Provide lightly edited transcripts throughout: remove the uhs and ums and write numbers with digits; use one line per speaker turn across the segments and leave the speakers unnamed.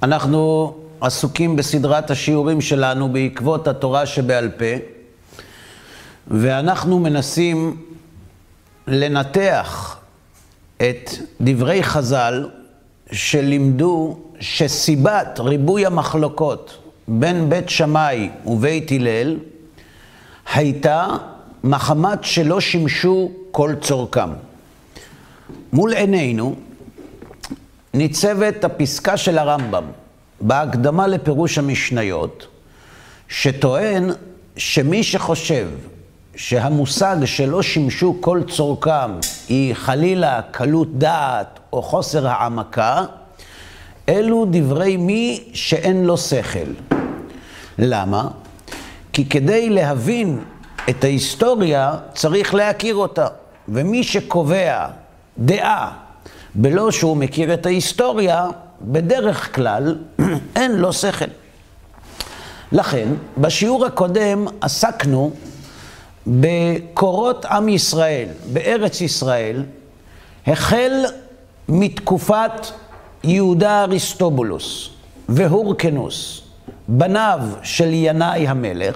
אנחנו עסוקים בסדרת השיעורים שלנו בעקבות התורה שבעל פה, ואנחנו מנסים לנתח את דברי חז"ל שלימדו שסיבת ריבוי המחלוקות בין בית שמאי ובית הלל הייתה מחמת שלא שימשו כל צורכם. מול עינינו ניצבת הפסקה של הרמב"ם בהקדמה לפירוש המשניות, שטוען שמי שחושב שהמושג שלא שימשו כל צורכם היא חלילה קלות דעת או חוסר העמקה, אלו דברי מי שאין לו שכל. למה? כי כדי להבין את ההיסטוריה צריך להכיר אותה, ומי שקובע דעה בלא שהוא מכיר את ההיסטוריה, בדרך כלל אין לו שכל. לכן, בשיעור הקודם עסקנו בקורות עם ישראל, בארץ ישראל, החל מתקופת יהודה אריסטובולוס והורקנוס, בניו של ינאי המלך.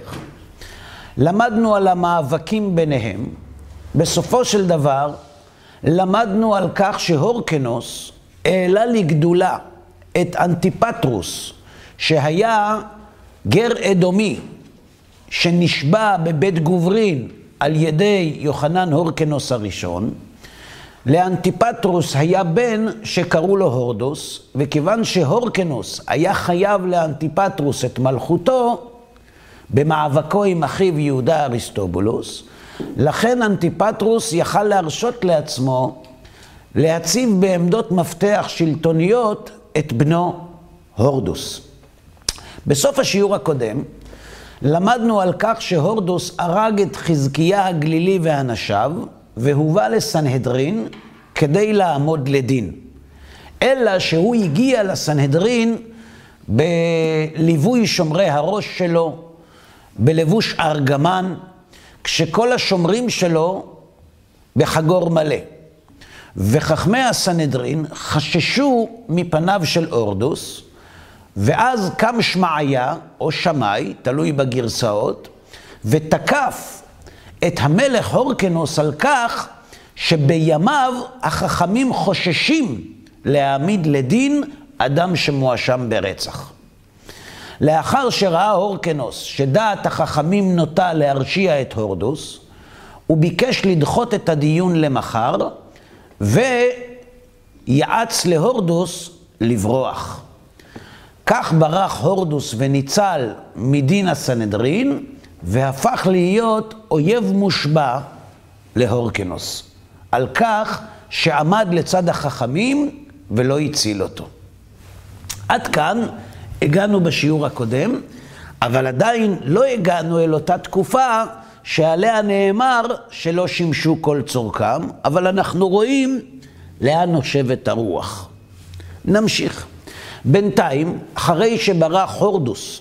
למדנו על המאבקים ביניהם. בסופו של דבר, למדנו על כך שהורקנוס העלה לגדולה את אנטיפטרוס, שהיה גר אדומי, שנשבע בבית גוברין על ידי יוחנן הורקנוס הראשון. לאנטיפטרוס היה בן שקראו לו הורדוס, וכיוון שהורקנוס היה חייב לאנטיפטרוס את מלכותו במאבקו עם אחיו יהודה אריסטובולוס, לכן אנטיפטרוס יכל להרשות לעצמו להציב בעמדות מפתח שלטוניות את בנו הורדוס. בסוף השיעור הקודם למדנו על כך שהורדוס הרג את חזקיה הגלילי ואנשיו, והובא לסנהדרין כדי לעמוד לדין. אלא שהוא הגיע לסנהדרין בליווי שומרי הראש שלו, בלבוש ארגמן, כשכל השומרים שלו בחגור מלא. וחכמי הסנהדרין חששו מפניו של הורדוס, ואז קם שמעיה או שמאי, תלוי בגרסאות, ותקף את המלך הורקנוס על כך שבימיו החכמים חוששים להעמיד לדין אדם שמואשם ברצח. לאחר שראה הורקנוס שדעת החכמים נוטה להרשיע את הורדוס, הוא ביקש לדחות את הדיון למחר, ויעץ להורדוס לברוח. כך ברח הורדוס וניצל מדין הסנהדרין, והפך להיות אויב מושבע להורקנוס, על כך שעמד לצד החכמים ולא הציל אותו. עד כאן הגענו בשיעור הקודם, אבל עדיין לא הגענו אל אותה תקופה שעליה נאמר שלא שימשו כל צורכם, אבל אנחנו רואים לאן נושבת הרוח. נמשיך. בינתיים, אחרי שברח הורדוס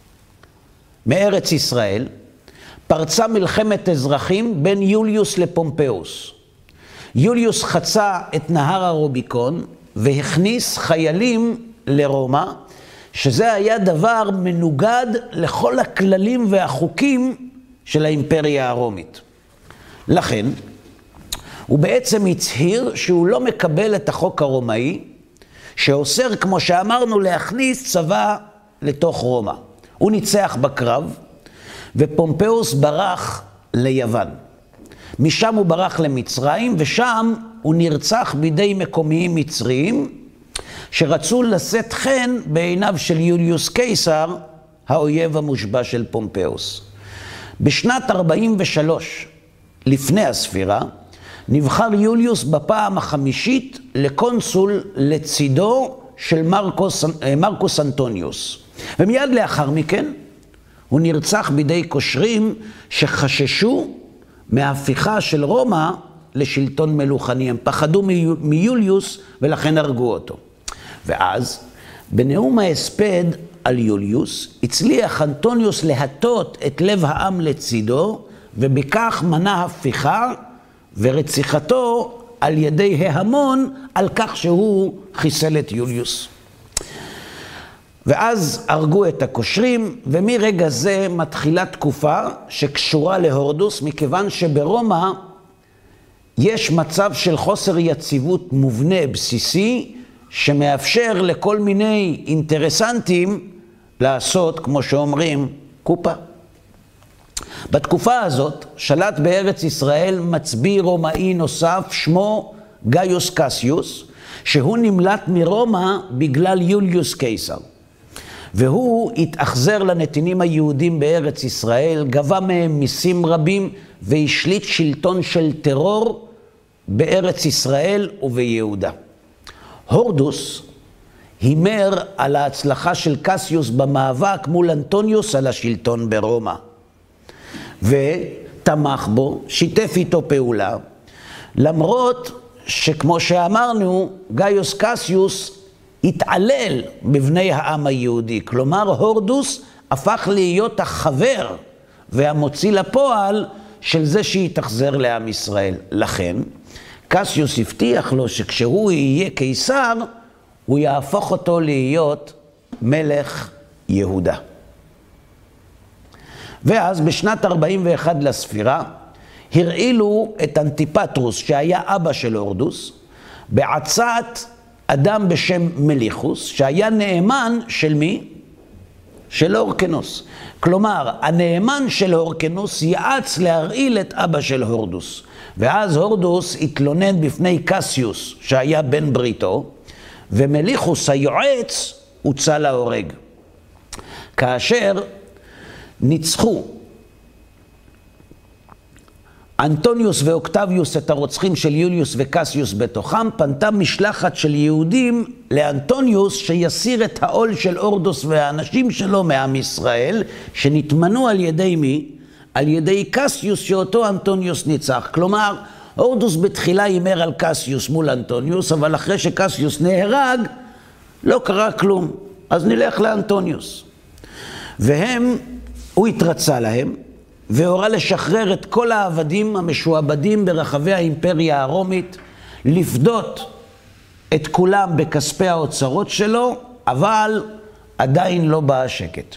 מארץ ישראל, פרצה מלחמת אזרחים בין יוליוס לפומפאוס. יוליוס חצה את נהר הרוביקון והכניס חיילים לרומא, שזה היה דבר מנוגד לכל הכללים והחוקים של האימפריה הרומית. לכן, הוא בעצם הצהיר שהוא לא מקבל את החוק הרומאי, שאוסר, כמו שאמרנו, להכניס צבא לתוך רומא. הוא ניצח בקרב, ופומפאוס ברח ליוון. משם הוא ברח למצרים, ושם הוא נרצח בידי מקומיים מצריים, שרצו לשאת חן בעיניו של יוליוס קיסר, האויב המושבע של פומפאוס. בשנת 43 לפני הספירה, נבחר יוליוס בפעם החמישית לקונסול לצידו של מרקוס אנטוניוס. ומיד לאחר מכן הוא נרצח בידי קושרים שחששו מההפיכה של רומא לשלטון מלוכני. הם פחדו מיוליוס ולכן הרגו אותו. ואז בנאום ההספד על יוליוס הצליח אנטוניוס להטות את לב העם לצידו, ובכך מנע הפיכה ורציחתו על ידי ההמון על כך שהוא חיסל את יוליוס. ואז הרגו את הקושרים, ומרגע זה מתחילה תקופה שקשורה להורדוס, מכיוון שברומא יש מצב של חוסר יציבות מובנה בסיסי, שמאפשר לכל מיני אינטרסנטים לעשות, כמו שאומרים, קופה. בתקופה הזאת שלט בארץ ישראל מצביא רומאי נוסף, שמו גאיוס קסיוס, שהוא נמלט מרומא בגלל יוליוס קיסר. והוא התאכזר לנתינים היהודים בארץ ישראל, גבה מהם מיסים רבים, והשליט שלטון של טרור בארץ ישראל וביהודה. הורדוס הימר על ההצלחה של קסיוס במאבק מול אנטוניוס על השלטון ברומא. ותמך בו, שיתף איתו פעולה, למרות שכמו שאמרנו, גאיוס קסיוס התעלל בבני העם היהודי. כלומר, הורדוס הפך להיות החבר והמוציא לפועל של זה שהתאכזר לעם ישראל. לכן, קסיוס הבטיח לו שכשהוא יהיה קיסר, הוא יהפוך אותו להיות מלך יהודה. ואז בשנת 41 לספירה, הרעילו את אנטיפטרוס, שהיה אבא של הורדוס, בעצת אדם בשם מליחוס, שהיה נאמן של מי? של הורקנוס. כלומר, הנאמן של הורקנוס יעץ להרעיל את אבא של הורדוס. ואז הורדוס התלונן בפני קסיוס, שהיה בן בריתו, ומליחוס היועץ הוצא להורג. כאשר ניצחו אנטוניוס ואוקטביוס את הרוצחים של יוליוס וקסיוס בתוכם, פנתה משלחת של יהודים לאנטוניוס שיסיר את העול של הורדוס והאנשים שלו מעם ישראל, שנתמנו על ידי מי? על ידי קסיוס שאותו אנטוניוס ניצח. כלומר, הורדוס בתחילה הימר על קסיוס מול אנטוניוס, אבל אחרי שקסיוס נהרג, לא קרה כלום. אז נלך לאנטוניוס. הוא התרצה להם, והורה לשחרר את כל העבדים המשועבדים ברחבי האימפריה הרומית, לפדות את כולם בכספי האוצרות שלו, אבל עדיין לא בא השקט.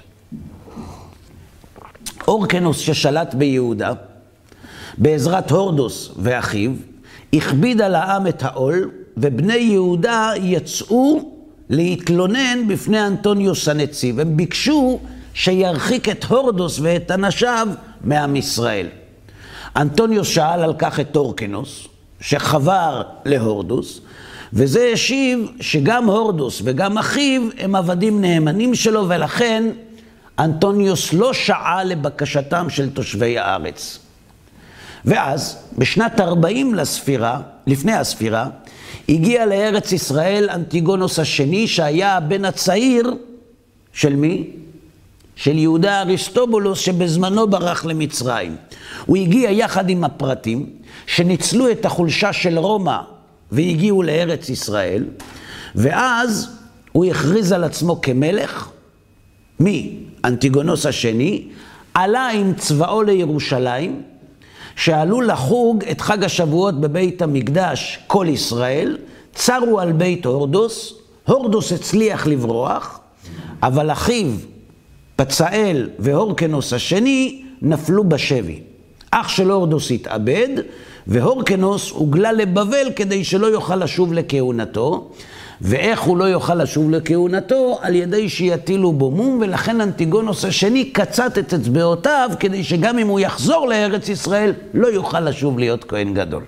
הורקנוס ששלט ביהודה, בעזרת הורדוס ואחיו, הכביד על העם את העול, ובני יהודה יצאו להתלונן בפני אנטוניוס הנציב. הם ביקשו שירחיק את הורדוס ואת אנשיו מעם ישראל. אנטוניוס שאל על כך את הורקנוס, שחבר להורדוס, וזה השיב שגם הורדוס וגם אחיו הם עבדים נאמנים שלו, ולכן אנטוניוס לא שעה לבקשתם של תושבי הארץ. ואז בשנת 40 לספירה, לפני הספירה, הגיע לארץ ישראל אנטיגונוס השני, שהיה הבן הצעיר של מי? של יהודה אריסטובולוס, שבזמנו ברח למצרים. הוא הגיע יחד עם הפרטים שניצלו את החולשה של רומא והגיעו לארץ ישראל, ואז הוא הכריז על עצמו כמלך. מי? אנטיגונוס השני עלה עם צבאו לירושלים, שעלו לחוג את חג השבועות בבית המקדש כל ישראל, צרו על בית הורדוס, הורדוס הצליח לברוח, אבל אחיו פצאל והורקנוס השני נפלו בשבי. אח של הורדוס התאבד, והורקנוס הוגלה לבבל כדי שלא יוכל לשוב לכהונתו. ואיך הוא לא יוכל לשוב לכהונתו? על ידי שיטילו בו מום, ולכן אנטיגונוס השני קצת את אצבעותיו, כדי שגם אם הוא יחזור לארץ ישראל, לא יוכל לשוב להיות כהן גדול.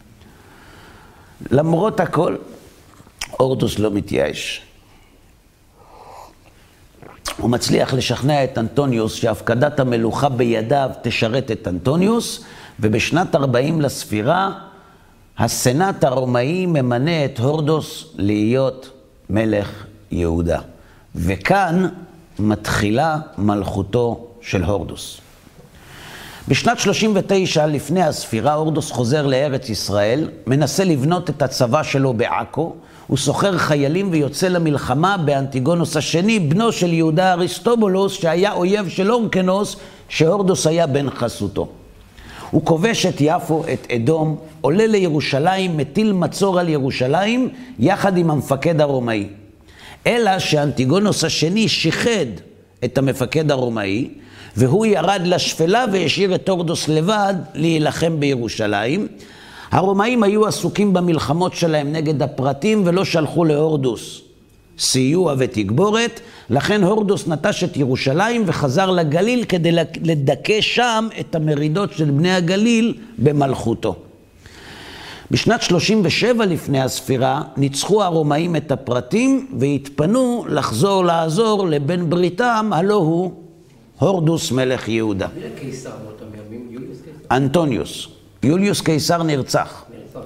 למרות הכל, הורדוס לא מתייאש. הוא מצליח לשכנע את אנטוניוס שהפקדת המלוכה בידיו תשרת את אנטוניוס, ובשנת 40 לספירה, הסנאט הרומאי ממנה את הורדוס להיות מלך יהודה. וכאן מתחילה מלכותו של הורדוס. בשנת 39 לפני הספירה, הורדוס חוזר לארץ ישראל, מנסה לבנות את הצבא שלו בעכו, הוא סוחר חיילים ויוצא למלחמה באנטיגונוס השני, בנו של יהודה אריסטובולוס, שהיה אויב של הורקנוס, שהורדוס היה בן חסותו. הוא כובש את יפו, את אדום, עולה לירושלים, מטיל מצור על ירושלים, יחד עם המפקד הרומאי. אלא שאנטיגונוס השני שיחד את המפקד הרומאי, והוא ירד לשפלה והשאיר את הורדוס לבד להילחם בירושלים. הרומאים היו עסוקים במלחמות שלהם נגד הפרטים ולא שלחו להורדוס סיוע ותגבורת, לכן הורדוס נטש את ירושלים וחזר לגליל כדי לדכא שם את המרידות של בני הגליל במלכותו. בשנת 37 לפני הספירה ניצחו הרומאים את הפרטים והתפנו לחזור לעזור לבן בריתם, הלא הוא הורדוס מלך יהודה.
מי הקיסר באותם ימים? יוליוס קיסר?
אנטוניוס. יוליוס קיסר נרצח.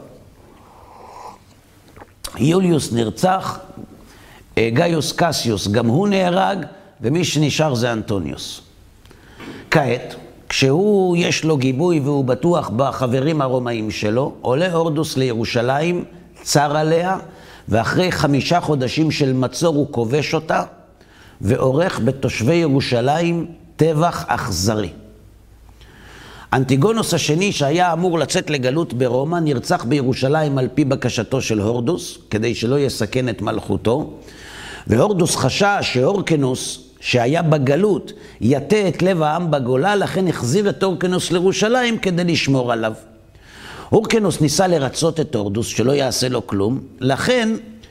יוליוס נרצח, גאיוס קסיוס גם הוא נהרג, ומי שנשאר זה אנטוניוס. כעת, כשהוא יש לו גיבוי והוא בטוח בחברים הרומאים שלו, עולה הורדוס לירושלים, צר עליה, ואחרי 5 חודשים של מצור הוא כובש אותה, ועורך בתושבי ירושלים טבח אכזרי. אנטיגונוס השני, שהיה אמור לצאת לגלות ברומא, נרצח בירושלים על פי בקשתו של הורדוס, כדי שלא יסכן את מלכותו, והורדוס חשש שהורקנוס, שהיה בגלות, יטה את לב העם בגולה, לכן החזיר את הורקנוס לירושלים כדי לשמור עליו. הורקנוס ניסה לרצות את הורדוס, שלא יעשה לו כלום, לכן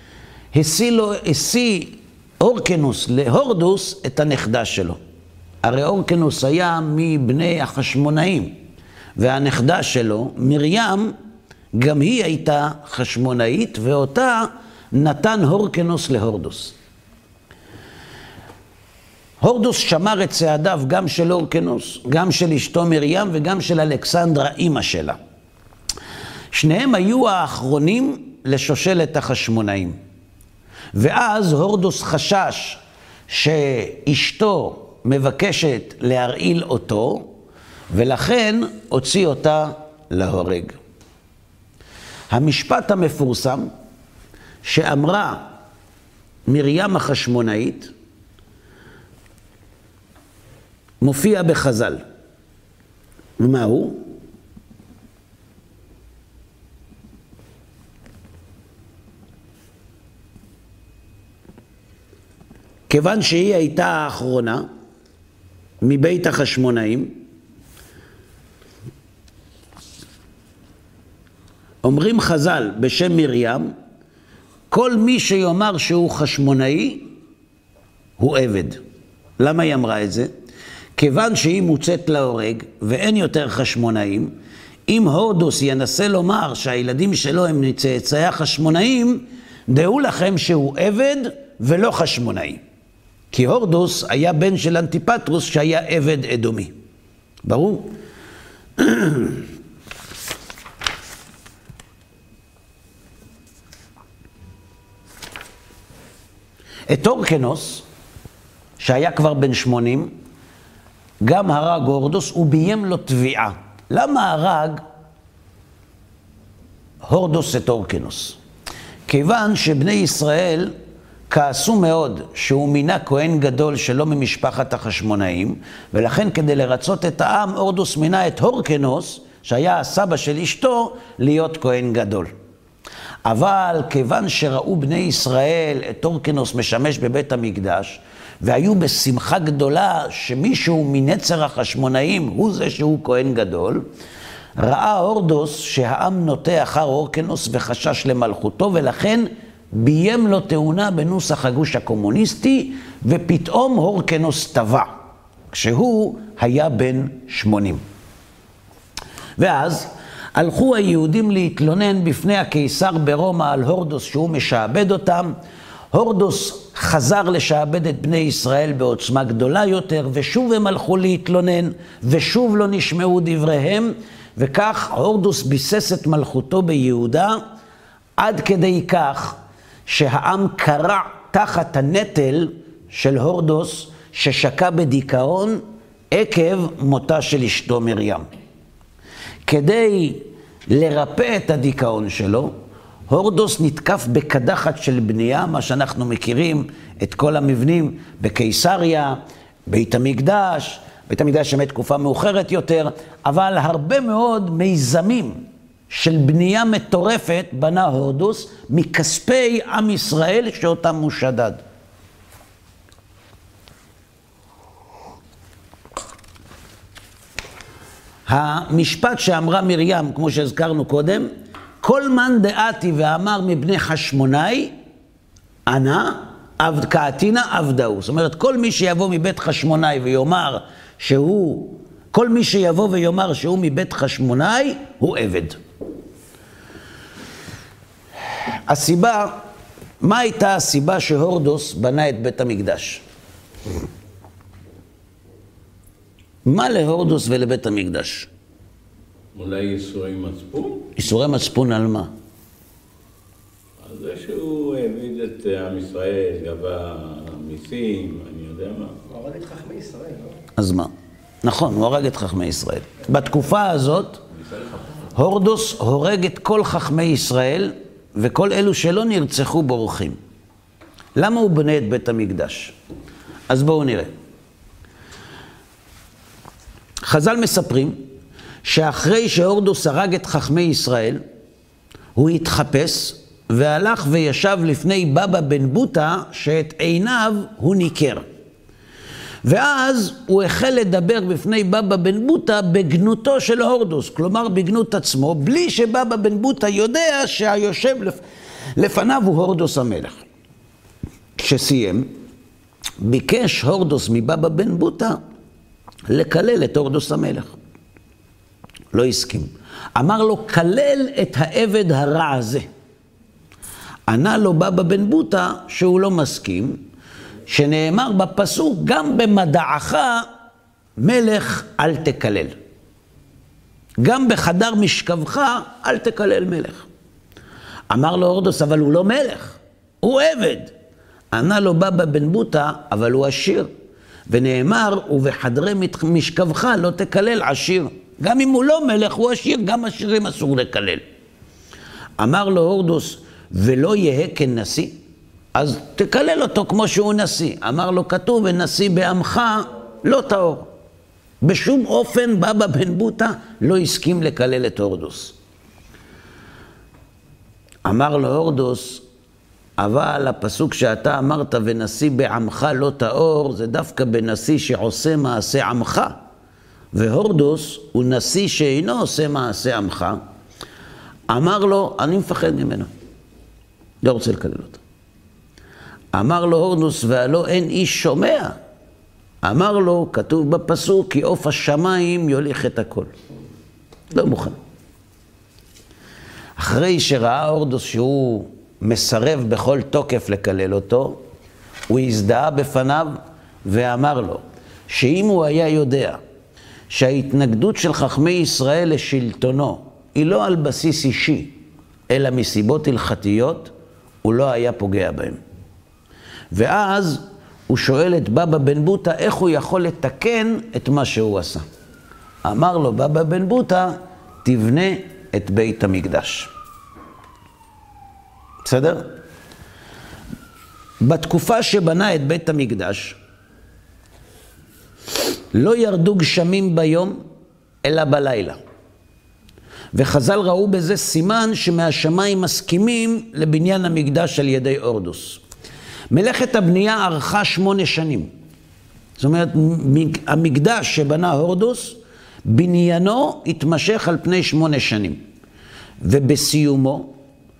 השיא הורקנוס להורדוס את הנכדה שלו. הרי הורקנוס היה מבני החשמונאים, והנכדה שלו, מרים, גם היא הייתה חשמונאית, ואותה נתן הורקנוס להורדוס. הורדוס שמר את צעדיו גם של הורקנוס, גם של אשתו מרים וגם של אלכסנדרה, אמא שלה. שניהם היו האחרונים לשושלת החשמונאים. ואז הורדוס חשש שאשתו מבקשת להרעיל אותו, ולכן הוציא אותה להורג. המשפט המפורסם שאמרה מרים החשמונאית מופיע בחז"ל. ומה הוא? כיוון שהיא הייתה האחרונה מבית החשמונאים, אומרים חז"ל בשם מרים, כל מי שיאמר שהוא חשמונאי הוא עבד. למה היא אמרה את זה? כיוון שהיא מוצאת להורג ואין יותר חשמונאים, אם הורדוס ינסה לומר שהילדים שלו הם צאצאי החשמונאים, דעו לכם שהוא עבד ולא חשמונאי. כי הורדוס היה בן של אנטיפטרוס שהיה עבד אדומי. ברור? את הורקנוס, שהיה כבר בן 80, גם הרג הורדוס וביים לו תביעה. למה הרג הורדוס את הורקנוס? כיוון שבני ישראל כעסו מאוד שהוא מינה כהן גדול שלא ממשפחת החשמונאים, ולכן כדי לרצות את העם, הורדוס מינה את הורקנוס, שהיה הסבא של אשתו, להיות כהן גדול. אבל כיוון שראו בני ישראל את הורקנוס משמש בבית המקדש, והיו בשמחה גדולה שמישהו מנצר החשמונאים הוא זה שהוא כהן גדול, ראה הורדוס שהעם נוטה אחר הורקנוס וחשש למלכותו, ולכן ביים לו תאונה בנוסח הגוש הקומוניסטי, ופתאום הורקנוס טבע, כשהוא היה בן 80. ואז הלכו היהודים להתלונן בפני הקיסר ברומא על הורדוס שהוא משעבד אותם. הורדוס חזר לשעבד את בני ישראל בעוצמה גדולה יותר, ושוב הם הלכו להתלונן, ושוב לא נשמעו דבריהם, וכך הורדוס ביסס את מלכותו ביהודה, עד כדי כך שהעם קרע תחת הנטל של הורדוס, ששקע בדיכאון עקב מותה של אשתו מרים. כדי לרפא את הדיכאון שלו, הורדוס נתקף בקדחת של בנייה, מה שאנחנו מכירים את כל המבנים בקיסריה, בית המקדש, בית המקדש שמת תקופה מאוחרת יותר, אבל הרבה מאוד מיזמים של בנייה מטורפת בנה הורדוס מכספי עם ישראל שאותם הוא שדד. המשפט שאמרה מרים, כמו שהזכרנו קודם, כל מן דעתי ואמר מבני חשמונאי, ענה, קעתינא עבדהו. זאת אומרת, כל מי שיבוא מבית חשמונאי ויאמר שהוא, כל מי שיבוא ויאמר שהוא מבית חשמונאי, הוא עבד. הסיבה, מה הייתה הסיבה שהורדוס בנה את בית המקדש? מה להורדוס ולבית המקדש?
אולי ייסורי מצפון?
ייסורי מצפון על מה?
על זה שהוא העמיד את עם ישראל, גבה מיסים, אני יודע מה.
הוא הרג את חכמי ישראל, לא?
אז מה? נכון, הוא הרג את חכמי ישראל. בתקופה הזאת, הורדוס הורג את כל חכמי ישראל, וכל אלו שלא נרצחו בורחים. למה הוא בנה את בית המקדש? אז בואו נראה. חז"ל מספרים שאחרי שהורדוס הרג את חכמי ישראל, הוא התחפש והלך וישב לפני בבא בן בוטה שאת עיניו הוא ניקר. ואז הוא החל לדבר בפני בבא בן בוטה בגנותו של הורדוס, כלומר בגנות עצמו, בלי שבבא בן בוטה יודע שהיושב לפניו הוא הורדוס המלך. כשסיים, ביקש הורדוס מבבא בן בוטה לקלל את הורדוס המלך. לא הסכים. אמר לו, כלל את העבד הרע הזה. ענה לו בבא בן בוטה שהוא לא מסכים, שנאמר בפסוק, גם במדעך מלך אל תקלל. גם בחדר משכבך אל תקלל מלך. אמר לו הורדוס, אבל הוא לא מלך, הוא עבד. ענה לו בבא בן בוטה, אבל הוא עשיר. ונאמר, ובחדרי משכבך לא תקלל עשיר. גם אם הוא לא מלך, הוא עשיר, גם עשירים אסור לקלל. אמר לו הורדוס, ולא יהיה כנשיא? אז תקלל אותו כמו שהוא נשיא. אמר לו, כתוב, ונשיא בעמך לא טהור. בשום אופן בבא בן בוטה לא הסכים לקלל את הורדוס. אמר לו הורדוס, אבל הפסוק שאתה אמרת, ונשיא בעמך לא טהור, זה דווקא בנשיא שעושה מעשה עמך. והורדוס הוא נשיא שאינו עושה מעשה עמך. אמר לו, אני מפחד ממנו. לא רוצה לקלל אותו. אמר לו הורדוס, והלא אין איש שומע. אמר לו, כתוב בפסוק, כי עוף השמיים יוליך את הכל. לא מוכן. אחרי שראה הורדוס שהוא מסרב בכל תוקף לקלל אותו, הוא הזדהה בפניו ואמר לו, שאם הוא היה יודע שההתנגדות של חכמי ישראל לשלטונו היא לא על בסיס אישי, אלא מסיבות הלכתיות, הוא לא היה פוגע בהם. ואז הוא שואל את בבא בן בוטה איך הוא יכול לתקן את מה שהוא עשה. אמר לו בבא בן בוטה, תבנה את בית המקדש. בסדר? בתקופה שבנה את בית המקדש, לא ירדו גשמים ביום, אלא בלילה. וחז"ל ראו בזה סימן שמהשמיים מסכימים לבניין המקדש על ידי הורדוס. מלאכת הבנייה ארכה 8 שנים. זאת אומרת, המקדש שבנה הורדוס, בניינו התמשך על פני 8 שנים. ובסיומו,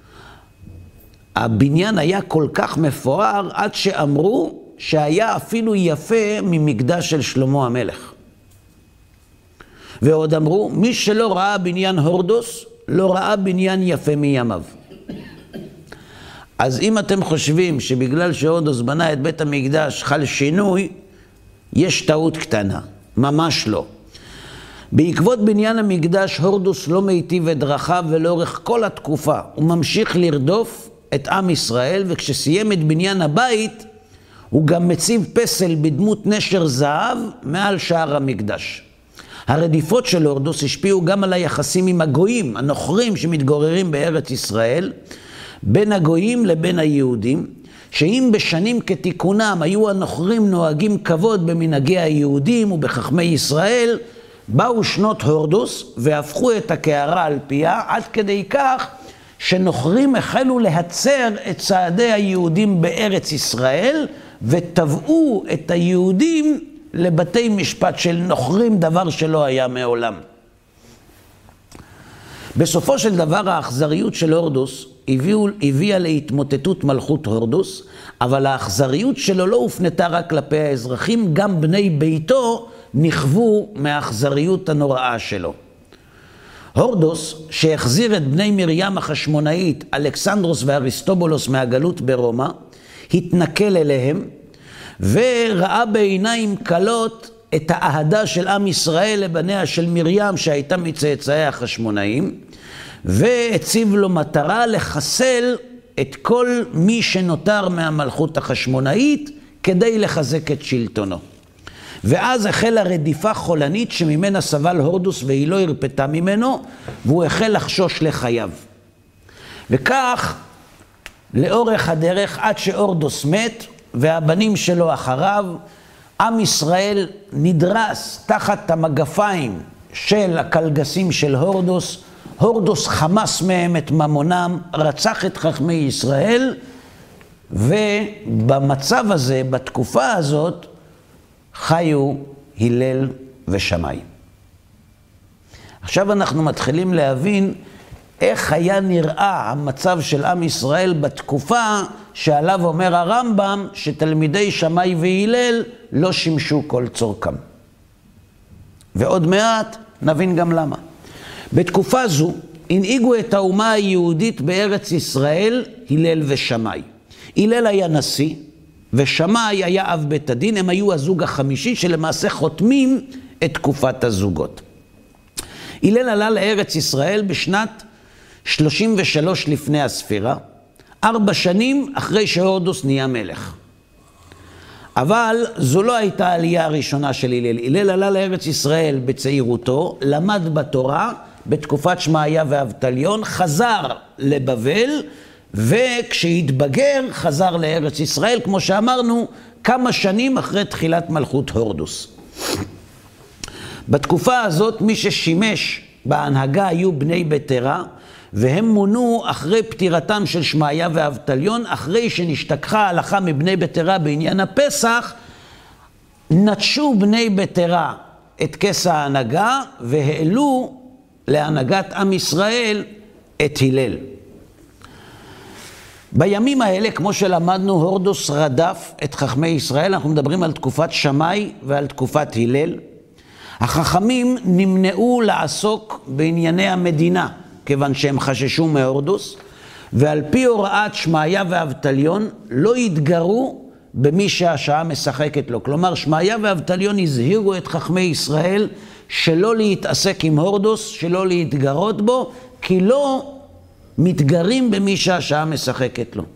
הבניין היה כל כך מפואר עד שאמרו שהיה אפילו יפה ממקדש של שלמה המלך. ועוד אמרו, מי שלא ראה בניין הורדוס, לא ראה בניין יפה מימיו. אז אם אתם חושבים שבגלל שהורדוס בנה את בית המקדש חל שינוי, יש טעות קטנה, ממש לא. בעקבות בניין המקדש הורדוס לא מיטיב את דרכיו ולאורך כל התקופה. הוא ממשיך לרדוף את עם ישראל, וכשסיים את בניין הבית, הוא גם מציב פסל בדמות נשר זהב מעל שער המקדש. הרדיפות של הורדוס השפיעו גם על היחסים עם הגויים, הנוכרים שמתגוררים בארץ ישראל, בין הגויים לבין היהודים, שאם בשנים כתיקונם היו הנוכרים נוהגים כבוד במנהגי היהודים ובחכמי ישראל, באו שנות הורדוס והפכו את הקערה על פיה, עד כדי כך שנוכרים החלו להצר את צעדי היהודים בארץ ישראל, וטבעו את היהודים לבתי משפט של נוכרים, דבר שלא היה מעולם. בסופו של דבר האכזריות של הורדוס הביאה להתמוטטות מלכות הורדוס, אבל האכזריות שלו לא הופנתה רק כלפי האזרחים, גם בני ביתו נכוו מהאכזריות הנוראה שלו. הורדוס, שהחזיר את בני מרים החשמונאית, אלכסנדרוס ואריסטובולוס מהגלות ברומא, התנכל אליהם וראה בעיניים קלות את האהדה של עם ישראל לבניה של מרים שהייתה מצאצאי החשמונאים, והציב לו מטרה לחסל את כל מי שנותר מהמלכות החשמונאית כדי לחזק את שלטונו. ואז החלה רדיפה חולנית שממנה סבל הורדוס והיא לא הרפתה ממנו, והוא החל לחשוש לחייו. וכך לאורך הדרך עד שהורדוס מת והבנים שלו אחריו, עם ישראל נדרס תחת המגפיים של הקלגסים של הורדוס. הורדוס חמס מהם את ממונם, רצח את חכמי ישראל, ובמצב הזה, בתקופה הזאת, חיו הלל ושמאי. עכשיו אנחנו מתחילים להבין איך היה נראה המצב של עם ישראל בתקופה שעליו אומר הרמב"ם שתלמידי שמאי והלל לא שימשו כל צורכם. ועוד מעט נבין גם למה. בתקופה זו הנהיגו את האומה היהודית בארץ ישראל הלל ושמאי. הלל היה נשיא ושמאי היה אב בית הדין, הם היו הזוג החמישי שלמעשה חותמים את תקופת הזוגות. הלל עלה לארץ ישראל בשנת 33 לפני הספירה, 4 שנים אחרי שהורדוס נהיה מלך. אבל זו לא הייתה העלייה הראשונה של הלל. הלל עלה לארץ ישראל בצעירותו, למד בתורה בתקופת שמעיה ואבטליון, חזר לבבל, וכשהתבגר חזר לארץ ישראל, כמו שאמרנו, כמה שנים אחרי תחילת מלכות הורדוס. בתקופה הזאת מי ששימש בהנהגה היו בני ביתרה, והם מונו אחרי פטירתם של שמעיה ואבטליון, אחרי שנשתכחה ההלכה מבני ביתרה בעניין הפסח, נטשו בני ביתרה את כס ההנהגה והעלו להנהגת עם ישראל את הלל. בימים האלה, כמו שלמדנו, הורדוס רדף את חכמי ישראל. אנחנו מדברים על תקופת שמאי ועל תקופת הלל. החכמים נמנעו לעסוק בענייני המדינה, כיוון שהם חששו מהורדוס, ועל פי הוראת שמעיה ואבטליון לא התגרו במי שהשעה משחקת לו. כלומר, שמעיה ואבטליון הזהירו את חכמי ישראל שלא להתעסק עם הורדוס, שלא להתגרות בו, כי לא מתגרים במי שהשעה משחקת לו.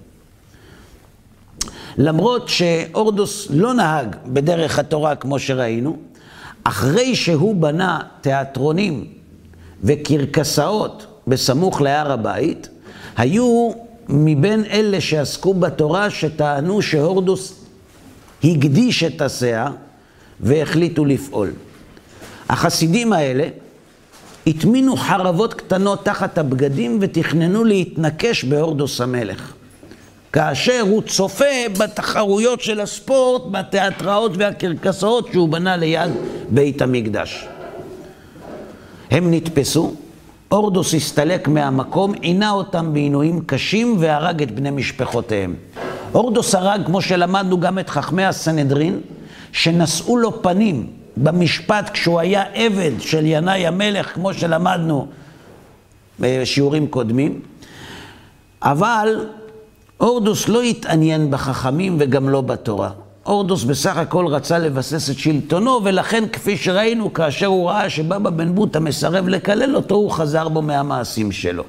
למרות שהורדוס לא נהג בדרך התורה כמו שראינו, אחרי שהוא בנה תיאטרונים וקרקסאות בסמוך להר הבית, היו מבין אלה שעסקו בתורה שטענו שהורדוס הקדיש את הסאה והחליטו לפעול. החסידים האלה התמינו חרבות קטנות תחת הבגדים ותכננו להתנקש בהורדוס המלך. כאשר הוא צופה בתחרויות של הספורט, בתיאטראות והקרקסאות שהוא בנה ליד בית המקדש. הם נתפסו, הורדוס הסתלק מהמקום, עינה אותם בעינויים קשים והרג את בני משפחותיהם. הורדוס הרג, כמו שלמדנו, גם את חכמי הסנהדרין, שנשאו לו פנים במשפט כשהוא היה עבד של ינאי המלך, כמו שלמדנו בשיעורים קודמים. אבל הורדוס לא התעניין בחכמים וגם לא בתורה. הורדוס בסך הכל רצה לבסס את שלטונו, ולכן כפי שראינו, כאשר הוא ראה שבבא בן בוטא מסרב לקלל אותו, הוא חזר בו מהמעשים שלו.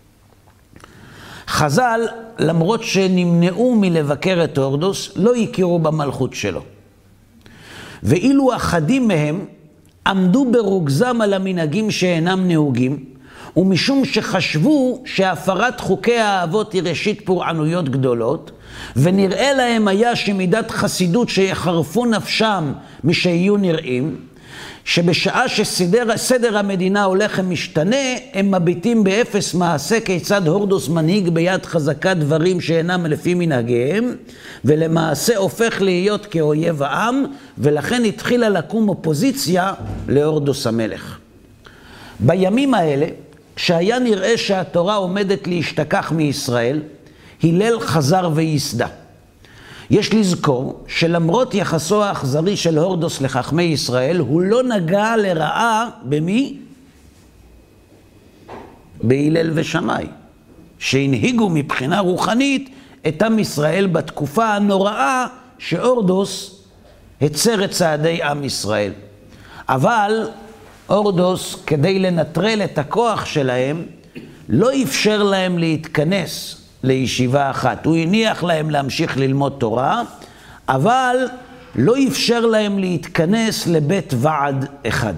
חז"ל, למרות שנמנעו מלבקר את הורדוס, לא הכירו במלכות שלו. ואילו אחדים מהם עמדו ברוגזם על המנהגים שאינם נהוגים, ומשום שחשבו שהפרת חוקי האבות היא ראשית פורענויות גדולות, ונראה להם היה שמידת חסידות שיחרפו נפשם משיהיו נראים, שבשעה שסדר המדינה הולך ומשתנה, הם מביטים באפס מעשה כיצד הורדוס מנהיג ביד חזקה דברים שאינם לפי מנהגיהם, ולמעשה הופך להיות כאויב העם, ולכן התחילה לקום אופוזיציה להורדוס המלך. בימים האלה כשהיה נראה שהתורה עומדת להשתכח מישראל, הלל חזר וייסדה. יש לזכור שלמרות יחסו האכזרי של הורדוס לחכמי ישראל, הוא לא נגע לרעה במי? בהלל ושמאי, שהנהיגו מבחינה רוחנית את עם ישראל בתקופה הנוראה שהורדוס הצר את צעדי עם ישראל. אבל הורדוס, כדי לנטרל את הכוח שלהם, לא אפשר להם להתכנס לישיבה אחת. הוא הניח להם להמשיך ללמוד תורה, אבל לא אפשר להם להתכנס לבית ועד אחד.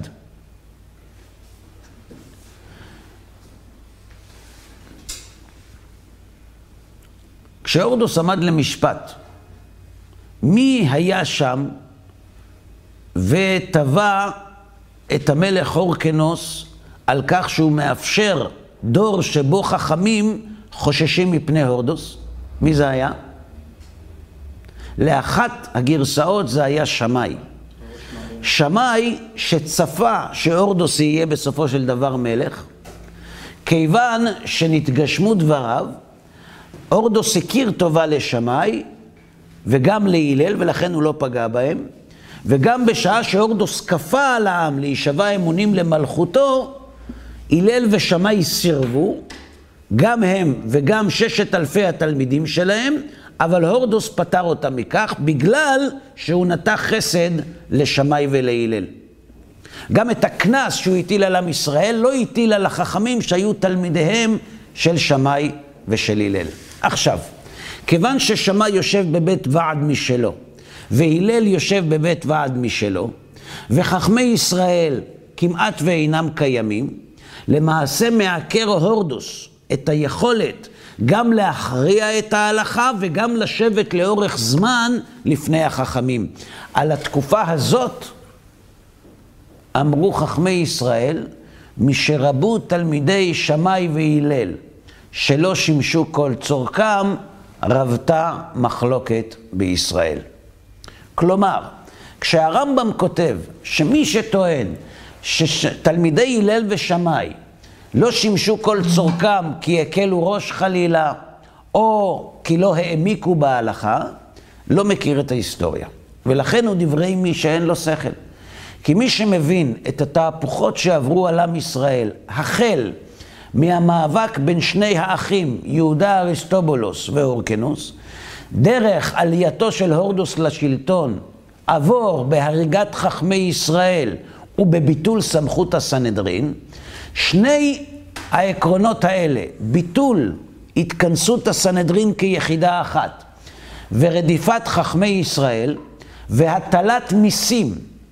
כשהורדוס עמד למשפט, מי היה שם ותבע את המלך הורקנוס על כך שהוא מאפשר דור שבו חכמים חוששים מפני הורדוס? מי זה היה? לאחת הגרסאות זה היה שמאי. שמאי שצפה שהורדוס יהיה בסופו של דבר מלך, כיוון שנתגשמו דבריו, הורדוס הכיר טובה לשמאי וגם להלל, ולכן הוא לא פגע בהם, וגם בשעה שהורדוס כפה על העם להישבע אמונים למלכותו, הלל ושמאי סירבו, גם הם וגם 6,000 התלמידים שלהם, אבל הורדוס פטר אותם מכך בגלל שהוא נתן חסד לשמאי ולהלל. גם את הכנס שהוא הטיל על עם ישראל לא הטיל על החכמים שהיו תלמידיהם של שמאי ושל הלל. עכשיו, כיוון ששמאי יושב בבית ועד משלו, והלל יושב בבית ועד משלו, וחכמי ישראל כמעט ואינם קיימים, למעשה מעקר הורדוס את היכולת גם להכריע את ההלכה וגם לשבת לאורך זמן לפני החכמים. על התקופה הזאת אמרו חכמי ישראל, משרבו תלמידי שמאי והלל שלא שימשו כל צורכם, רבתה מחלוקת בישראל. כלומר, כשהרמב"ם כותב שמי שטוען שתלמידי הלל ושמאי לא שימשו כל צורכם כי הקלו ראש חלילה, או כי לא העמיקו בהלכה, לא מכיר את ההיסטוריה. ולכן הוא דברי מי שאין לו שכל. כי מי שמבין את התהפוכות שעברו על עם ישראל, החל מהמאבק בין שני האחים, יהודה אריסטובולוס והורקנוס, דרך עלייתו של הורדוס לשלטון, עבור בהריגת חכמי ישראל ובביטול סמכות הסנהדרין, שני העקרונות האלה, ביטול התכנסות הסנהדרין כיחידה אחת, ורדיפת חכמי ישראל, והטלת מיסים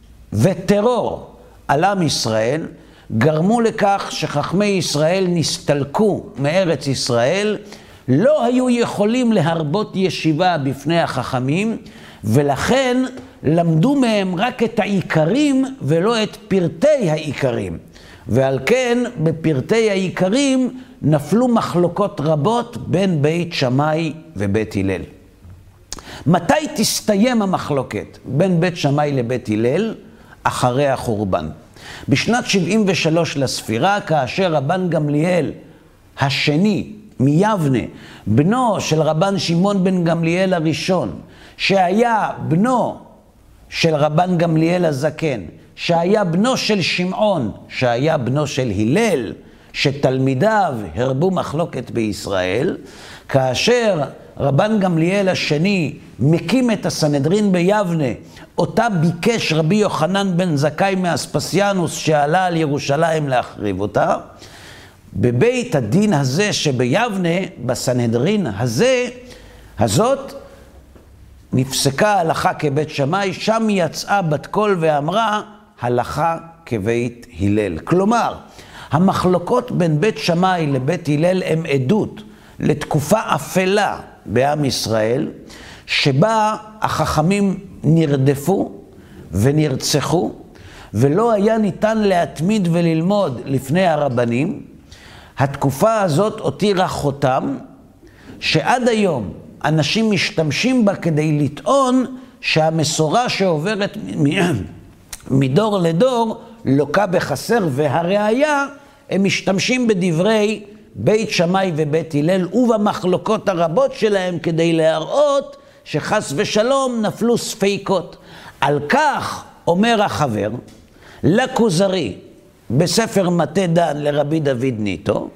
וטרור על עם ישראל, גרמו לכך שחכמי ישראל נסתלקו מארץ ישראל, לא היו יכולים להרבות ישיבה בפני החכמים, ולכן למדו מהם רק את העיקרים ולא את פרטי העיקרים. ועל כן בפרטי העיקרים נפלו מחלוקות רבות בין בית שמאי ובית הלל. מתי תסתיים המחלוקת בין בית שמאי לבית הלל? אחרי החורבן. בשנת 73 לספירה, כאשר רבן גמליאל השני מיבנה, בנו של רבן שמעון בן גמליאל הראשון, שהיה בנו של רבן גמליאל הזקן, שהיה בנו של שמעון, שהיה בנו של הלל, שתלמידיו הרבו מחלוקת בישראל, כאשר רבן גמליאל השני מקים את הסנהדרין ביבנה, אותה ביקש רבי יוחנן בן זכאי מאספסיאנוס שעלה על ירושלים להחריב אותה, בבית הדין הזה שביבנה, בסנהדרין הזאת, נפסקה הלכה כבית שמאי, שם יצאה בת קול ואמרה הלכה כבית הלל. כלומר, המחלוקות בין בית שמאי לבית הלל הם עדות לתקופה אפלה בעם ישראל, שבה החכמים נרדפו ונרצחו, ולא היה ניתן להתמיד וללמוד לפני הרבנים. התקופה הזאת הותירה חותם, שעד היום אנשים משתמשים בה כדי לטעון שהמסורה שעוברת מדור לדור לוקה בחסר, והראיה הם משתמשים בדברי בית שמאי ובית הלל ובמחלוקות הרבות שלהם כדי להראות שחס ושלום נפלו ספיקות. על כך אומר החבר לכוזרי בספר מטה דן לרבי דוד ניטו,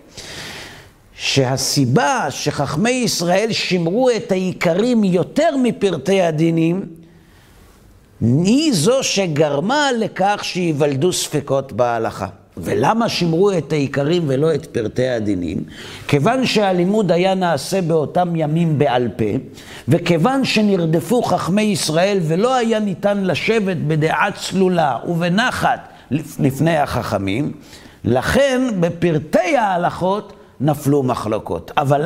שהסיבה שחכמי ישראל שמרו את העיקרים יותר מפרטי הדינים, היא זו שגרמה לכך שיוולדו ספקות בהלכה. ולמה שמרו את העיקרים ולא את פרטי הדינים? כיוון שהלימוד היה נעשה באותם ימים בעל פה, וכיוון שנרדפו חכמי ישראל ולא היה ניתן לשבת בדעה צלולה ובנחת לפני החכמים, לכן בפרטי ההלכות נפלו מחלוקות. אבל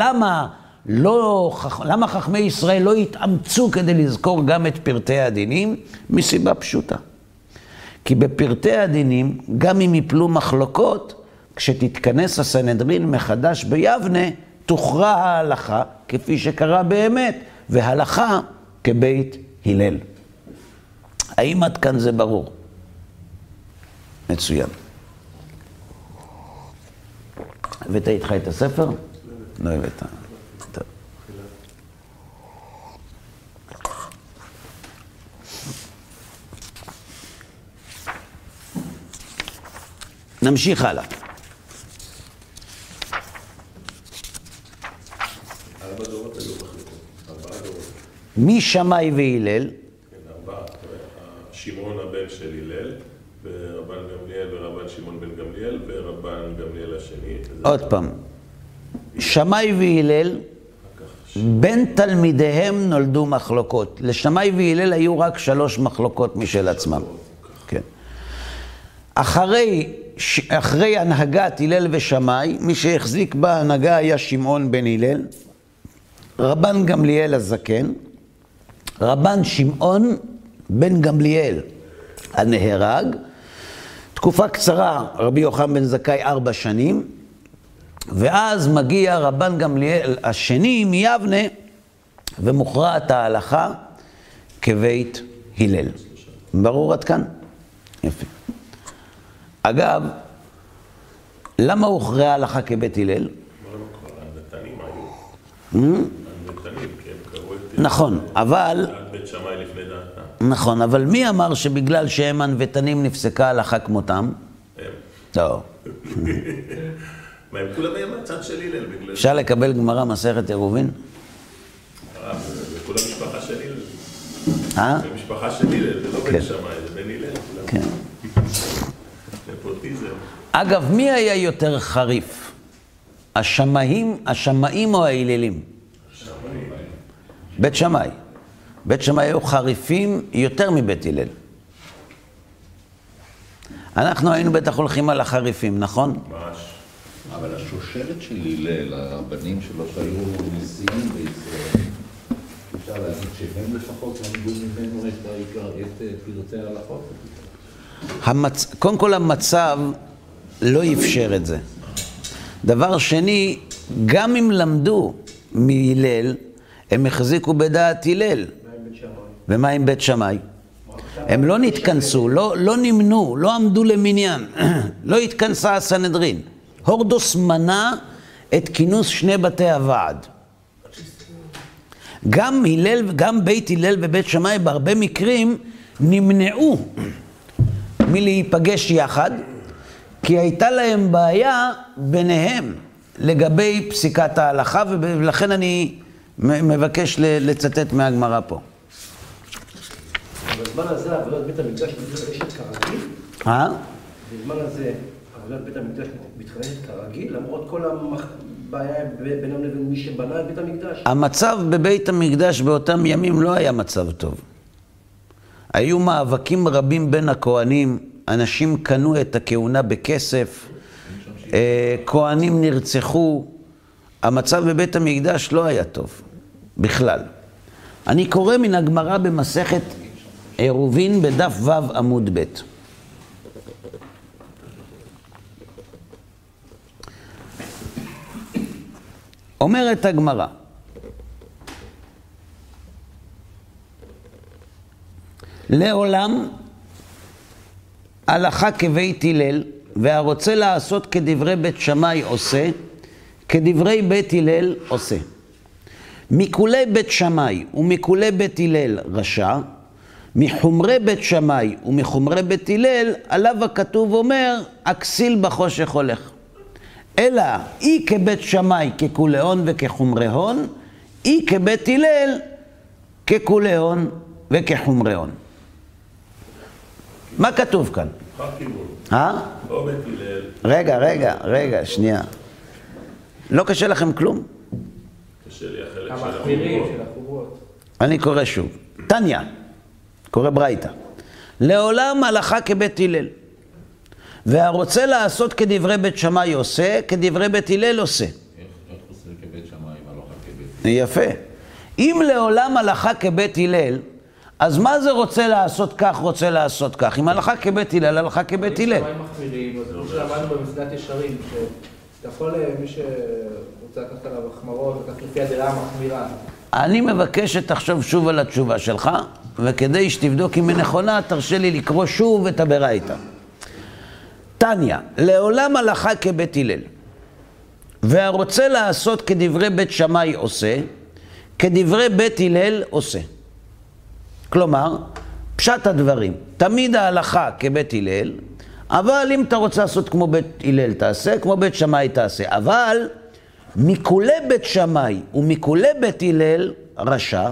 למה חכמי ישראל לא התאמצו כדי לזכור גם את פרטי הדינים? מסיבה פשוטה. כי בפרטי הדינים, גם אם יפלו מחלוקות, כשתתכנס הסנהדרין מחדש ביבנה, תוכרע ההלכה כפי שקרה באמת, והלכה כבית הלל. האם עד כאן זה ברור? מצוין. הבאת איתך את הספר? לא הבאת. טוב. נמשיך הלאה.
ארבע דורות היו מחלוקות. 4 דורות.
משמאי והלל.
כן, 4. שמעון הבן של הלל, ורבן גמליאל ורבן שמעון בן גמליאל, ורבן גמליאל השני.
עוד פעם. שמאי והלל, בין תלמידיהם נולדו מחלוקות. לשמאי והלל היו רק 3 מחלוקות משל עצמם. כן. אחרי הנהגת הלל ושמאי, מי שהחזיק בהנהגה היה שמעון בן הלל, רבן גמליאל הזקן, רבן שמעון בן גמליאל הנהרג, תקופה קצרה, רבי יוחנן בן זכאי 4 שנים, ואז מגיע רבן גמליאל השני מיבנה, ומוכרעת ההלכה כבית הלל. ברור עד כאן? יפה. אגב, למה הוכרעה ההלכה כבית הלל?
אמרנו כבר, הנתנים היו. הנתנים, כי הם קראו את...
נכון, אבל...
בית שמאי לפני דעתם.
נכון, אבל מי אמר שבגלל שהם הנבטנים נפסקה ההלכה כמותם?
הם.
לא.
מה, הם כולם הם מהצד של הלל בגלל...
אפשר לקבל גמרא מסכת עירובין?
זה כולה משפחה של הלל. זה משפחה של הלל, זה לא בן שמאי, זה בן הלל.
כן.
נפוטיזם.
אגב, מי היה יותר חריף? השמאים או ההללים?
שמאים.
בית שמאי. בית שמאי היו חריפים יותר מבית הלל. אנחנו היינו בטח הולכים על החריפים, נכון?
ממש.
אבל השושלת של הלל, הבנים שלו שהיו נשיאים בישראל, אפשר להגיד שהם לפחות למדו ממנו את פרטי ההלכות.
קודם כל המצב לא אפשר את זה. דבר שני, גם אם למדו מהלל, הם החזיקו בדעת הלל. ומה עם בית שמאי? הם לא נתכנסו, לא נמנו, לא עמדו למניין, לא התכנסה הסנהדרין. הורדוס מנע את כינוס 2 בתי הוועד. גם בית הלל ובית שמאי בהרבה מקרים נמנעו מלהיפגש יחד, כי הייתה להם בעיה ביניהם לגבי פסיקת ההלכה, ולכן אני מבקש לצטט מהגמרא פה.
בזמן הזה עבודת בית המקדש מתחדשת כרגיל? בזמן הזה עבודת בית המקדש מתחדשת כרגיל, למרות כל הבעיה בינם לבין מי שבנה את בית המקדש?
המצב בבית המקדש באותם ימים לא היה מצב טוב. היו מאבקים רבים בין הכהנים, אנשים קנו את הכהונה בכסף, כהנים נרצחו, המצב בבית המקדש לא היה טוב, בכלל. אני קורא מן הגמרא במסכת עירובין בדף ו' עמוד ב'. אומרת הגמרא, לעולם הלכה כבית הלל והרוצה לעשות כדברי בית שמאי עושה, כדברי בית הלל עושה. מכולי בית שמאי ומכולי בית הלל רשע, מחומרי בית שמאי ומחומרי בית הלל, עליו הכתוב אומר, הכסיל בחושך הולך. אלא אי כבית שמאי ככולי הון וכחומרי הון, אי כבית הלל ככולי הון וכחומרי הון. מה כתוב כאן?
או בית הלל.
רגע, שנייה. לא קשה לכם כלום?
קשה לי החלק של
המחמירים
החומרות.
של החומרות.
אני קורא שוב. תניא, קורא ברייתא. לעולם הלכה כבית הלל. והרוצה לעשות כדברי בית שמאי עושה, כדברי בית הלל עושה.
איך עושה כבית שמאי, הלכה כבית?
יפה. אם לעולם הלכה כבית הלל, אז מה זה רוצה לעשות כך, רוצה לעשות כך? אם הלכה כבית הלל, הלכה כבית הלל.
שמיים מחמירים, אז כמו שלמדנו במסילת ישרים, שאתה יכול, מי שרוצה לקחת עליו החמרות, לקחת לפי הדעה המחמירה.
אני מבקש שתחשוב שוב על התשובה שלך, וכדי שתבדוק אם היא נכונה, תרשה לי לקרוא שוב את הברייתא. תניא, לעולם הלכה כבית הלל, והרוצה לעשות כדברי בית שמאי עושה, כדברי בית הלל עושה. כלומר, פשט הדברים, תמיד ההלכה כבית הלל, אבל אם אתה רוצה לעשות כמו בית הלל תעשה, כמו בית שמאי תעשה. אבל מכולי בית שמאי ומכולי בית הלל רשע,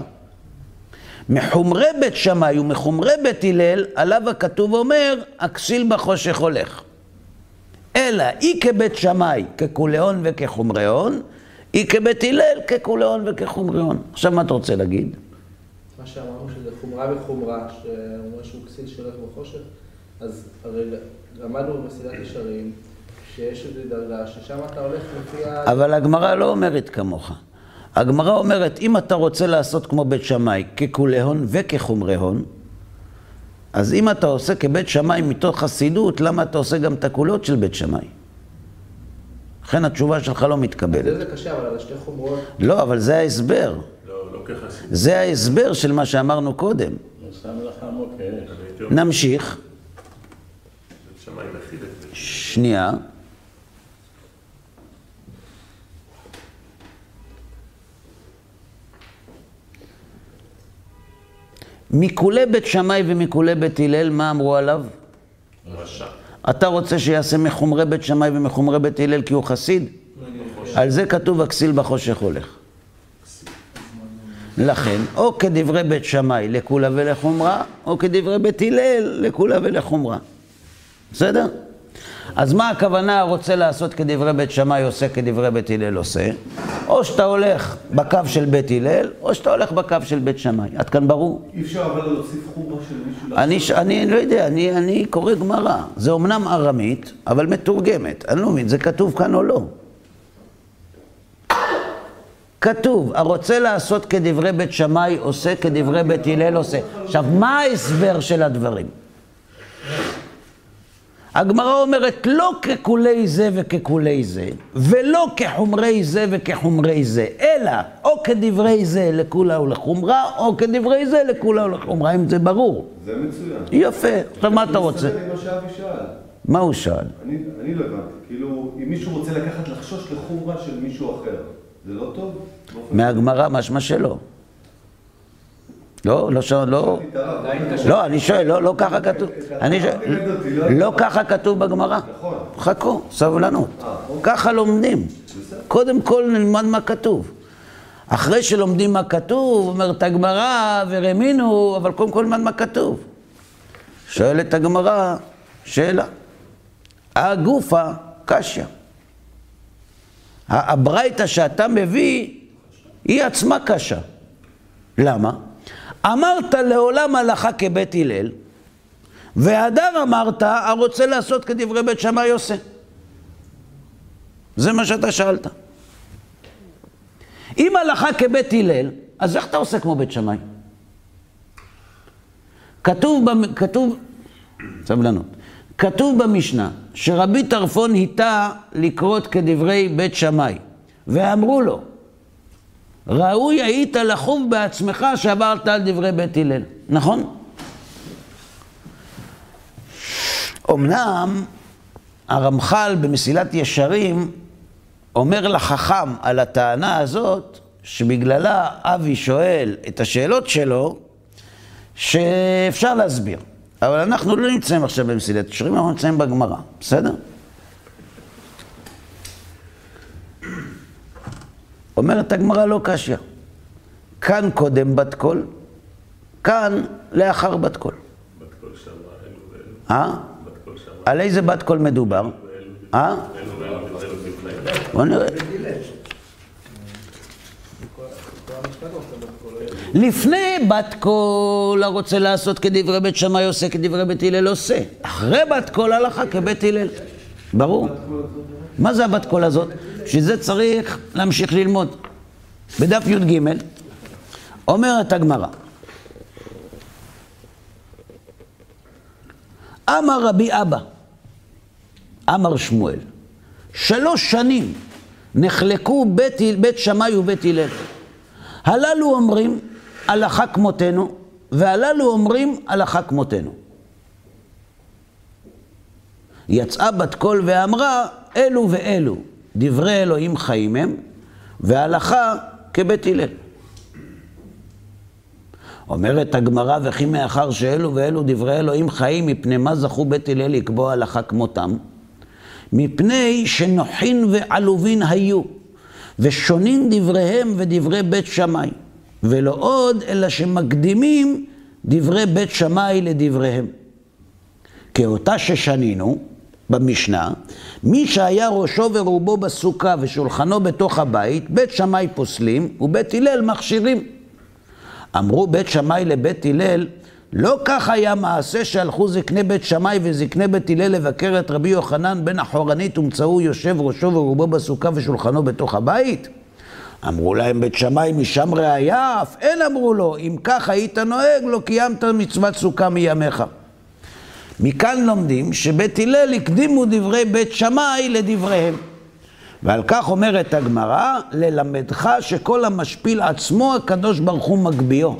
מחומרי בית שמאי ומחומרי בית הלל, עליו הכתוב אומר, הכסיל בחושך הולך. אלא אי כבית שמאי ככולי הון וכחומרי הון, אי כבית הלל ככולי הון וכחומרי הון. עכשיו מה אתה רוצה להגיד?
מה שאמרנו שזה חומרה וחומרה, שאומר שהוא כסיל שהולך בחושך, אז הרי למדנו במסילת ישרים, שיש איזו דרגה ששם אתה הולך לפי
אבל הגמרא לא אומרת כמוך. הגמרא אומרת, אם אתה רוצה לעשות כמו בית שמאי, ככולי הון וכחומרי הון, אז אם אתה עושה כבית שמאי מתוך חסידות, למה אתה עושה גם את הקולות של בית שמאי? לכן התשובה שלך לא מתקבלת.
זה קשה, אבל על השתי חומרות...
לא, אבל זה ההסבר.
לא כחסיד.
זה ההסבר של מה שאמרנו קודם.
שם לך מוקש.
נמשיך.
בית שמאי מכיל את זה.
שנייה. מכולי בית שמאי ומכולי בית הלל, מה אמרו עליו?
רשע.
אתה רוצה שיעשה מחומרי בית שמאי ומחומרי בית הלל כי הוא חסיד? על זה כתוב הכסיל בחושך הולך. לכן, או כדברי בית שמאי לכולה ולחומרה, או כדברי בית הלל לכולה ולחומרה. בסדר? אז מה הכוונה רוצה לעשות כדברי בית שמאי עושה, כדברי בית הלל עושה? או שאתה הולך בקו של בית הלל, או שאתה הולך בקו של בית שמאי. עד כאן ברור?
אי אפשר אבל להוסיף חומרה של מישהו...
אני לא יודע, אני קורא גמרא. זה אומנם ארמית, אבל מתורגמת. אני לא מבין, זה כתוב כאן או לא? כתוב, הרוצה לעשות כדברי בית שמאי עושה, כדברי בית הלל עושה. עכשיו, מה ההסבר של הדברים? הגמרא אומרת לא ככולי זה וככולי זה, ולא כחומרי זה וכחומרי זה, אלא או כדברי זה לכולה ולחומרה, או כדברי זה לכולה ולחומרה, אם זה ברור.
זה מצוין.
יפה, עכשיו מה אתה רוצה?
אני מה שאבי שאל.
מה הוא שאל?
אני לא הבנתי. כאילו, אם מישהו רוצה לקחת לחשוש לחומרה של מישהו אחר, זה לא טוב?
מהגמרא משמע שלא. לא, אני שואל, לא ככה כתוב. לא ככה כתוב בגמרא. חכו, סבלנות. ככה לומדים. קודם כל נלמד מה כתוב. אחרי שלומדים מה כתוב, אומרת הגמרא ורמינו, אבל קודם כל נלמד מה כתוב. שואלת הגמרא, שאלה. הגופה, קשיא. הברייתא שאתה מביא, היא עצמה קשה. למה? אמרת לעולם הלכה כבית הלל, והדר אמרת, הרוצה לעשות כדברי בית שמאי עושה. זה מה שאתה שאלת. אם הלכה כבית הלל, אז איך אתה עושה כמו בית שמאי? כתוב במשנה, שרבי טרפון היטה לקרות כדברי בית שמאי, ואמרו לו, ראוי היית לחוב בעצמך שעברת על דברי בית הלל. נכון? אמנם הרמח"ל במסילת ישרים אומר לחכם על הטענה הזאת, שבגללה אבי שואל את השאלות שלו, שאפשר להסביר. אבל אנחנו לא נמצאים עכשיו במסילת ישרים, אנחנו נמצאים בגמרא, בסדר? אומרת הגמרא לא קשיא. כאן קודם בת קול, כאן לאחר בת קול.
בת קול שמרה, אלו ואלו. בת קול שמרה.
על איזה בת קול מדובר?
אלו ואלו בפני.
בוא נראה. לפני בת קול הרוצה לעשות כדברי בית שמאי עושה, כדברי בית הלל עושה. אחרי בת קול הלכה כבית הלל. ברור? מה זה הבת קול הזאת? שזה צריך להמשיך ללמוד. בדף י"ג אומרת הגמרא, אמר רבי אבא, אמר שמואל, 3 שנים נחלקו בית שמאי ובית הלל. הללו אומרים הלכה כמותנו, והללו אומרים הלכה כמותנו. יצאה בת קול ואמרה, אלו ואלו דברי אלוהים חיים הם, והלכה כבית הלל. אומרת הגמרא, וכי מאחר שאלו ואלו דברי אלוהים חיים, מפני מה זכו בית הלל לקבוע הלכה כמותם? מפני שנוחין ועלובין היו, ושונין דבריהם ודברי בית שמאי, ולא עוד אלא שמקדימים דברי בית שמאי לדבריהם. כאותה ששנינו במשנה, מי שהיה ראשו ורובו בסוכה ושולחנו בתוך הבית, בית שמאי פוסלים ובית הלל מכשירים. אמרו בית שמאי לבית הלל, לא כך היה מעשה שהלכו זקני בית שמאי וזקני בית הלל לבקר את רבי יוחנן בן החורנית ומצאו יושב ראשו ורובו בסוכה ושולחנו בתוך הבית? אמרו להם בית שמאי משם ראיה, אף אין אמרו לו, אם כך היית נוהג לא קיימת מצוות סוכה מימיך. מכאן לומדים שבית הלל הקדימו דברי בית שמאי לדבריהם. ועל כך אומרת הגמרא, ללמדך שכל המשפיל עצמו הקדוש ברוך הוא מגביהו.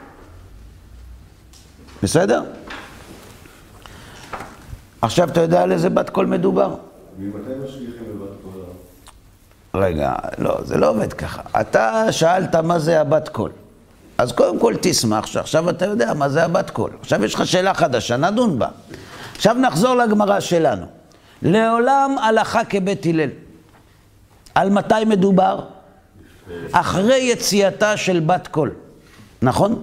בסדר? עכשיו אתה יודע על איזה בת קול מדובר?
ממתי משליכים בבת קול?
רגע, לא, זה לא עובד ככה. אתה שאלת מה זה הבת קול. אז קודם כל תשמח שעכשיו אתה יודע מה זה הבת קול. עכשיו יש לך שאלה חדשה, נדון בה. עכשיו נחזור לגמרא שלנו. לעולם הלכה כבית הלל. על מתי מדובר? אחרי יציאתה של בת קול. נכון?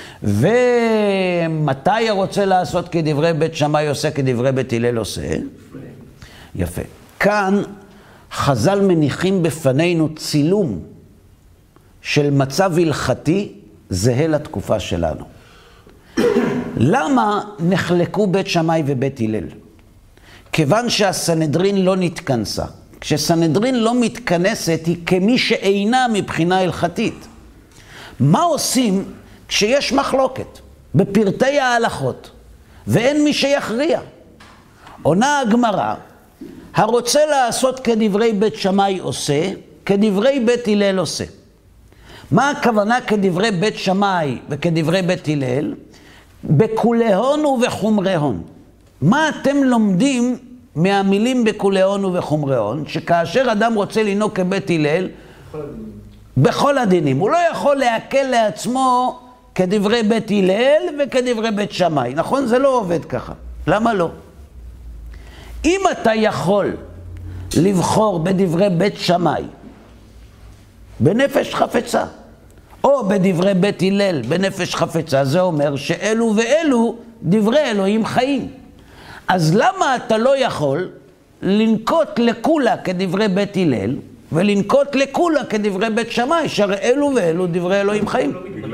ומתי רוצה לעשות כדברי בית שמאי עושה, כדברי בית הלל עושה? יפה. כאן חז"ל מניחים בפנינו צילום של מצב הלכתי זהה לתקופה שלנו. למה נחלקו בית שמאי ובית הלל? כיוון שהסנהדרין לא נתכנסה. כשסנהדרין לא מתכנסת היא כמי שאינה מבחינה הלכתית. מה עושים כשיש מחלוקת בפרטי ההלכות ואין מי שיכריע? עונה הגמרא, הרוצה לעשות כדברי בית שמאי עושה, כדברי בית הלל עושה. מה הכוונה כדברי בית שמאי וכדברי בית הלל? בכולי הון ובחומרי הון. מה אתם לומדים מהמילים בכולי הון ובחומרי הון? שכאשר אדם רוצה לנהוג כבית הלל, בכל הדינים, הוא לא יכול להקל לעצמו כדברי בית הלל וכדברי בית שמאי. נכון? זה לא עובד ככה. למה לא? אם אתה יכול לבחור בדברי בית שמאי בנפש חפצה, או בדברי בית הלל בנפש חפצה, זה אומר שאלו ואלו דברי אלוהים חיים. אז למה אתה לא יכול לנקוט לכולה כדברי בית הלל ולנקוט לכולה כדברי בית שמאי, שהרי אלו ואלו דברי אלוהים חיים?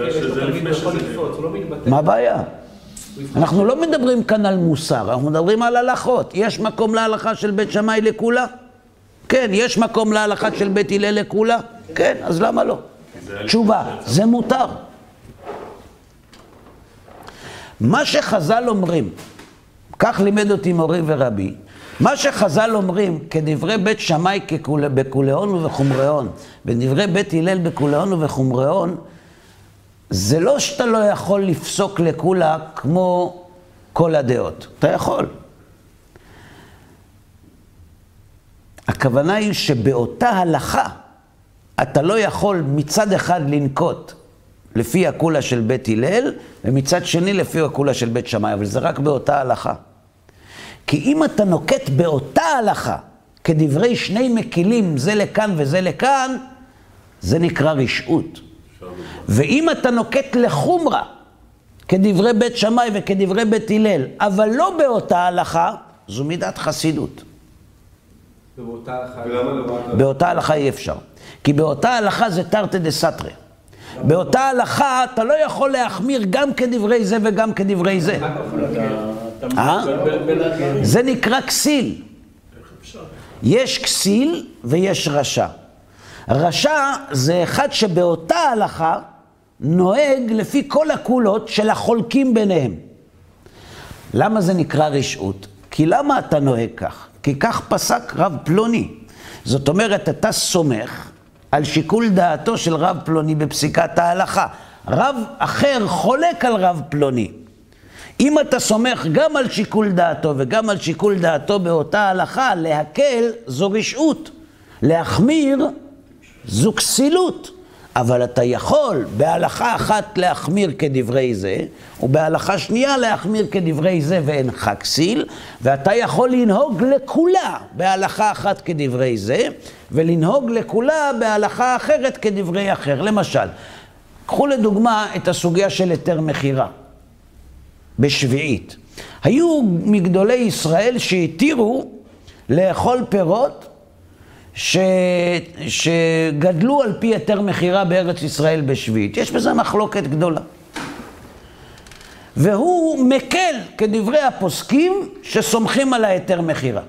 מה הבעיה? אנחנו לא מדברים כאן על מוסר, אנחנו מדברים על הלכות. יש מקום להלכה של בית שמאי לכולה? כן. יש מקום להלכה של בית הלל לכולה? כן. אז למה לא? תשובה, זה מותר. מה שחז"ל אומרים, כך לימד אותי מורי ורבי, מה שחז"ל אומרים כדברי בית שמאי בכולי הון ובחומרי הון, ודברי בית הלל בכולי הון ובחומרי הון, זה לא שאתה לא יכול לפסוק לכולה כמו כל הדעות. אתה יכול. הכוונה היא שבאותה הלכה אתה לא יכול מצד אחד לנקוט לפי הקולה של בית הלל, ומצד שני לפי הקולה של בית שמאי, אבל זה רק באותה הלכה. כי אם אתה נוקט באותה הלכה, כדברי שני מקילים, זה לכאן וזה לכאן, זה נקרא רשעות. ואם אתה נוקט לחומרה, כדברי בית שמאי וכדברי בית הלל, אבל לא באותה הלכה, זו מידת חסידות. באותה הלכה אי אפשר. כי באותה הלכה זה תרתי דסתרי. באותה הלכה אתה לא יכול להחמיר גם כדברי זה וגם כדברי זה. זה נקרא כסיל. יש כסיל ויש רשע. רשע זה אחד שבאותה הלכה נוהג לפי כל הקולות של החולקים ביניהם. למה זה נקרא רשעות? כי למה אתה נוהג כך? כי כך פסק רב פלוני. זאת אומרת, אתה סומך על שיקול דעתו של רב פלוני בפסיקת ההלכה. רב אחר חולק על רב פלוני. אם אתה סומך גם על שיקול דעתו וגם על שיקול דעתו באותה הלכה, להקל זו רשעות. להחמיר זו כסילות. אבל אתה יכול בהלכה אחת להחמיר כדברי זה, ובהלכה שנייה להחמיר כדברי זה ואינך כסיל, ואתה יכול לנהוג לכולה בהלכה אחת כדברי זה, ולנהוג לכולה בהלכה אחרת כדברי אחר. למשל, קחו לדוגמה את הסוגיה של היתר מחירה בשביעית. היו מגדולי ישראל שהתירו לאכול פירות שגדלו על פי היתר מחירה בארץ ישראל בשביעית. יש בזה מחלוקת גדולה. והוא מקל כדברי הפוסקים שסומכים על היתר מחירה.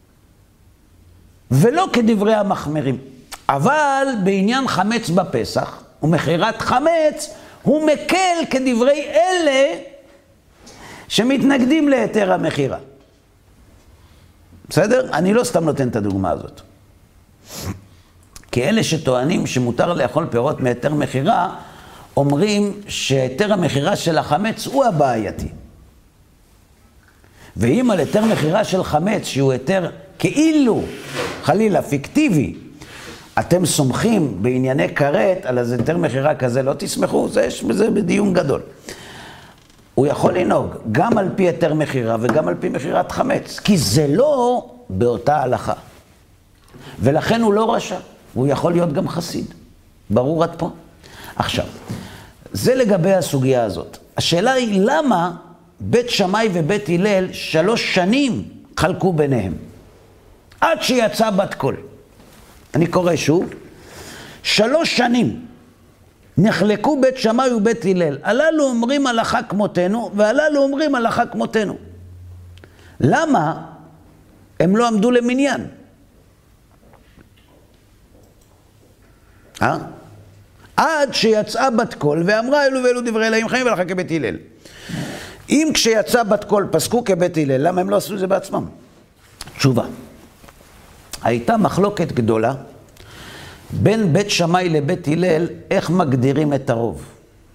ולא כדברי המחמירים. אבל בעניין חמץ בפסח ומחירת חמץ, הוא מקל כדברי אלה שמתנגדים ליתר המחירה. בסדר? אני לא סתם נותן את הדוגמה הזאת. כי אלה שטוענים שמותר לאכול פירות מהיתר מחירה, אומרים שהיתר המחירה של החמץ הוא הבעייתי. ואם על היתר מחירה של חמץ, שהוא היתר כאילו, חלילה, פיקטיבי, אתם סומכים בענייני כרת על איזה היתר מחירה כזה, לא תסמכו, יש בזה בדיון גדול. הוא יכול לנהוג גם על פי היתר מחירה וגם על פי מחירת חמץ, כי זה לא באותה הלכה. ולכן הוא לא רשע, הוא יכול להיות גם חסיד. ברור עד פה? עכשיו, זה לגבי הסוגיה הזאת. השאלה היא למה בית שמאי ובית הלל 3 שנים חלקו ביניהם, עד שיצא בת קול. אני קורא שוב, 3 שנים נחלקו בית שמאי ובית הלל. הללו אומרים הלכה כמותנו, והללו אומרים הלכה כמותנו. למה הם לא עמדו למניין? עד שיצאה בת קול ואמרה אלו ואלו דברי אלוהים חיים והלכה כבית הלל. אם כשיצא בת קול פסקו כבית הלל, למה הם לא עשו את זה בעצמם? תשובה. הייתה מחלוקת גדולה בין בית שמאי לבית הלל, איך מגדירים את הרוב.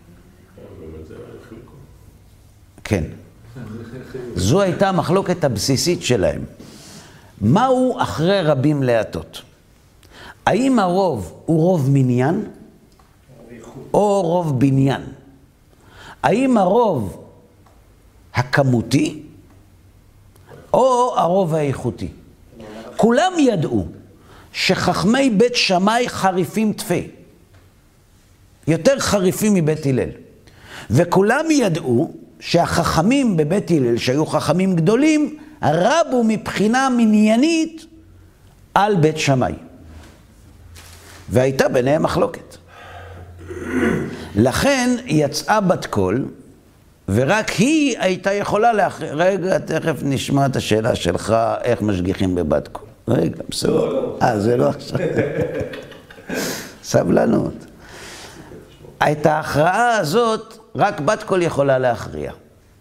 כן. זו הייתה המחלוקת הבסיסית שלהם. מהו אחרי רבים להטות? האם הרוב הוא רוב מניין או רוב בניין? האם הרוב הכמותי או הרוב האיכותי? כולם ידעו שחכמי בית שמאי חריפים תפי, יותר חריפים מבית הלל. וכולם ידעו שהחכמים בבית הלל, שהיו חכמים גדולים, רבו מבחינה מניינית על בית שמאי. והייתה ביניהם מחלוקת. לכן יצאה בת קול, ורק היא הייתה יכולה רגע, תכף נשמע את השאלה שלך, איך משגיחים בבת קול. רגע, בסדר. זה לא עכשיו. סבלנות. את ההכרעה הזאת, רק בת קול יכולה להכריע.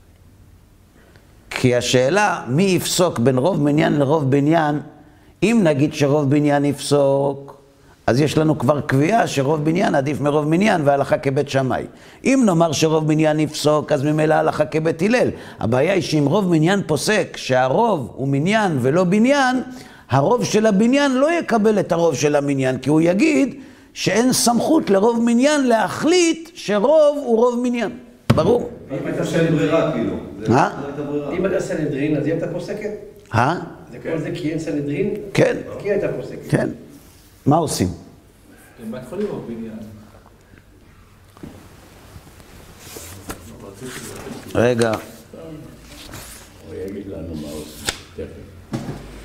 כי השאלה, מי יפסוק בין רוב מניין לרוב בניין, אם נגיד שרוב בניין יפסוק, אז יש לנו כבר קביעה שרוב בניין עדיף מרוב מניין והלכה כבית שמאי. אם נאמר שרוב בניין יפסוק, אז ממילא הלכה כבית הלל. הבעיה היא שאם רוב מניין פוסק שהרוב הוא מניין ולא בניין, הרוב של הבניין לא יקבל את הרוב של המניין, כי הוא יגיד שאין סמכות לרוב מניין להחליט שרוב הוא רוב מניין. ברור?
אם הייתה סנהדרין, כאילו.
אם הייתה סנהדרין, אז היא הייתה פוסקת? זה כל זה כי אין סנהדרין?
כן.
כי הייתה פוסקת.
כן. מה עושים?
מה יכול להיות בניין?
רגע.
הוא יגיד לנו מה עושים. תכף.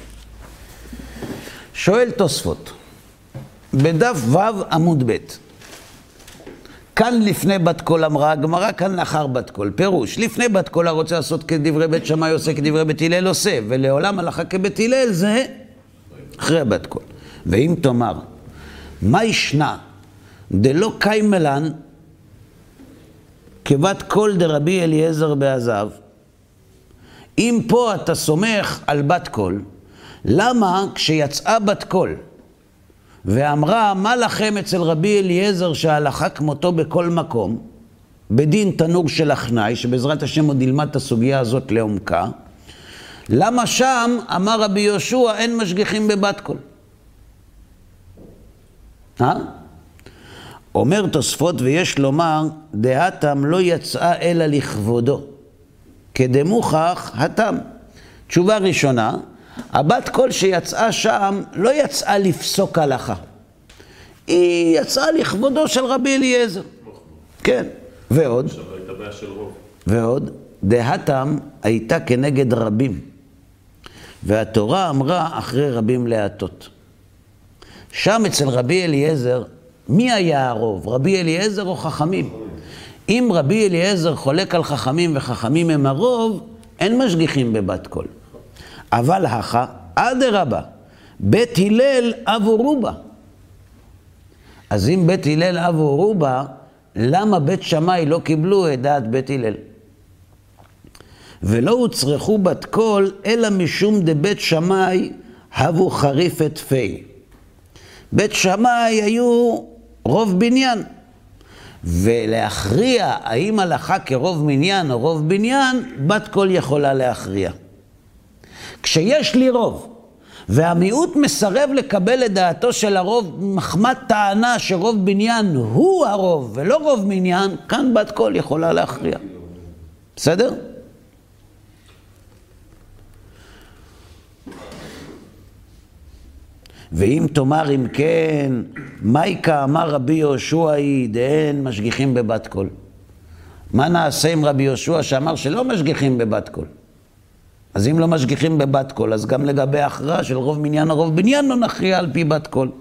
שואל תוספות, בדף ו' עמוד ב', כאן לפני בת קול אמרה הגמרא, כאן לאחר בת קול. פירוש, לפני בת קול הרוצה לעשות כדברי בית שמאי עושה, כדברי בית הלל עושה, ולעולם הלכה כבית הלל זה אחרי בת קול. ואם תאמר, מה ישנה דלא קיימלן כבת קול דרבי אליעזר בעזב, אם פה אתה סומך על בת קול, למה כשיצאה בת קול ואמרה מה לכם אצל רבי אליעזר שההלכה כמותו בכל מקום, בדין תנור של הכנאי, שבעזרת השם עוד ילמד את הסוגיה הזאת לעומקה, למה שם אמר רבי יהושע אין משגיחים בבת קול? אומר תוספות, ויש לומר דהתם לא יצאה אלא לכבודו כדמוכח התם. תשובה ראשונה, הבת קול שיצאה שם לא יצאה לפסוק הלכה, היא יצאה לכבודו של רבי אליעזר. כן. ועוד, ועוד, דהתם הייתה כנגד רבים, והתורה אמרה אחרי רבים להטות. שם אצל רבי אליעזר, מי היה הרוב? רבי אליעזר או חכמים? אם רבי אליעזר חולק על חכמים וחכמים הם הרוב, אין משגיחים בבת קול. אבל הכה, אדרבה, בית הלל אבו רובה. אז אם בית הלל אבו רובה, למה בית שמאי לא קיבלו את דעת בית הלל? ולא הוצרכו בת קול, אלא משום דבית שמאי הבו חריפת פי. בית שמאי היו רוב בניין. ולהכריע האם הלכה כרוב מניין או רוב בניין, בת קול יכולה להכריע. כשיש לי רוב, והמיעוט מסרב לקבל את דעתו של הרוב, מחמת טענה שרוב בניין הוא הרוב ולא רוב מניין, כאן בת קול יכולה להכריע. בסדר? ואם תאמר אם כן, מייקה אמר רבי יהושע דאין משגיחים בבת קול. מה נעשה עם רבי יהושע שאמר שלא משגיחים בבת קול? אז אם לא משגיחים בבת קול, אז גם לגבי ההכרעה של רוב מניין או רוב בניין לא נכריע על פי בת קול.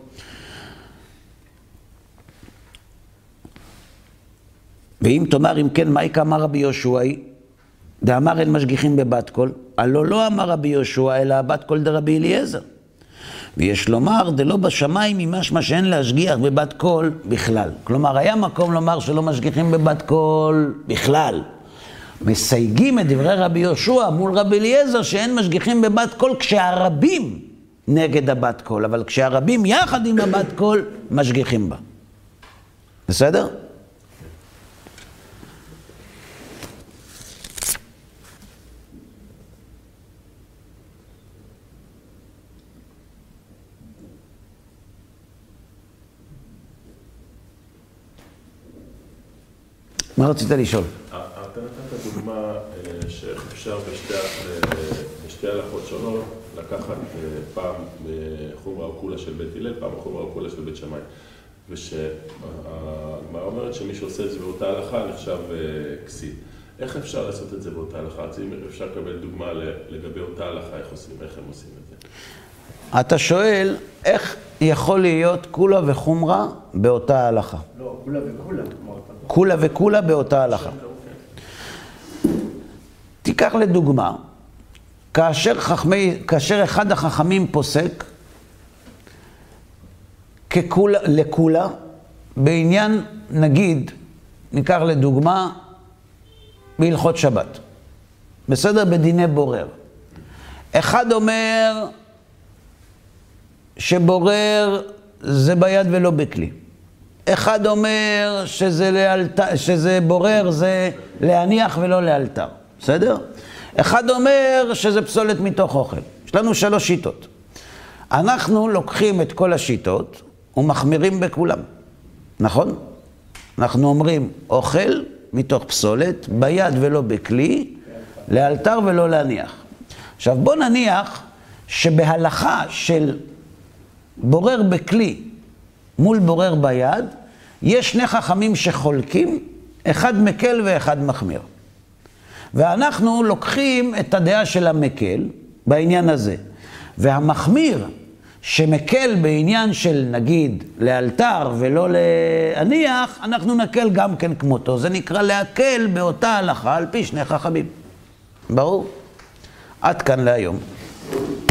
ואם תאמר אם כן, מייקה אמר רבי יהושע דאמר אין משגיחים בבת קול, הלא לא אמר רבי יהושע אלא בת קול דרבי אליעזר. ויש לומר, דלא בשמיים ממשמע שאין להשגיח בבת קול בכלל. כלומר, היה מקום לומר שלא משגיחים בבת קול בכלל. מסייגים את דברי רבי יהושע מול רבי אליעזר שאין משגיחים בבת קול כשהרבים נגד הבת קול, אבל כשהרבים יחד עם הבת קול משגיחים בה. בסדר? מה רצית לשאול?
אתה נתת דוגמה שאיך אפשר בשתי הלכות שונות לקחת פעם חומרה או כולה של בית הלל, פעם חומרה או כולה של בית שמאי. ושהגמרא אומרת שמי שעושה את זה באותה הלכה נחשב כסיל. איך אפשר לעשות את זה באותה הלכה? אז אם אפשר לקבל דוגמה לגבי אותה הלכה, איך הם עושים את זה?
אתה שואל, איך יכול להיות כולה וחומרה באותה הלכה?
לא, כולה וכולה.
כולה וכולה באותה הלכה. תיקח לדוגמה, כאשר אחד החכמים פוסק לכולה, בעניין, נגיד, ניקח לדוגמה, בהלכות שבת. בסדר? בדיני בורר. אחד אומר שבורר זה ביד ולא בכלי. אחד אומר שזה בורר זה להניח ולא לאלתר. בסדר? אחד אומר שזה פסולת מתוך אוכל. יש לנו 3 שיטות. אנחנו לוקחים את כל השיטות ומחמירים בכולם, נכון? אנחנו אומרים אוכל מתוך פסולת, ביד ולא בכלי, לאלתר ולא להניח. עכשיו בוא נניח שבהלכה של בורר בכלי מול בורר ביד, יש שני חכמים שחולקים, אחד מקל ואחד מחמיר. ואנחנו לוקחים את הדעה של המקל בעניין הזה. והמחמיר שמקל בעניין של נגיד לאלתר ולא להניח, אנחנו נקל גם כן כמותו. זה נקרא להקל באותה הלכה על פי שני חכמים. ברור? עד כאן להיום.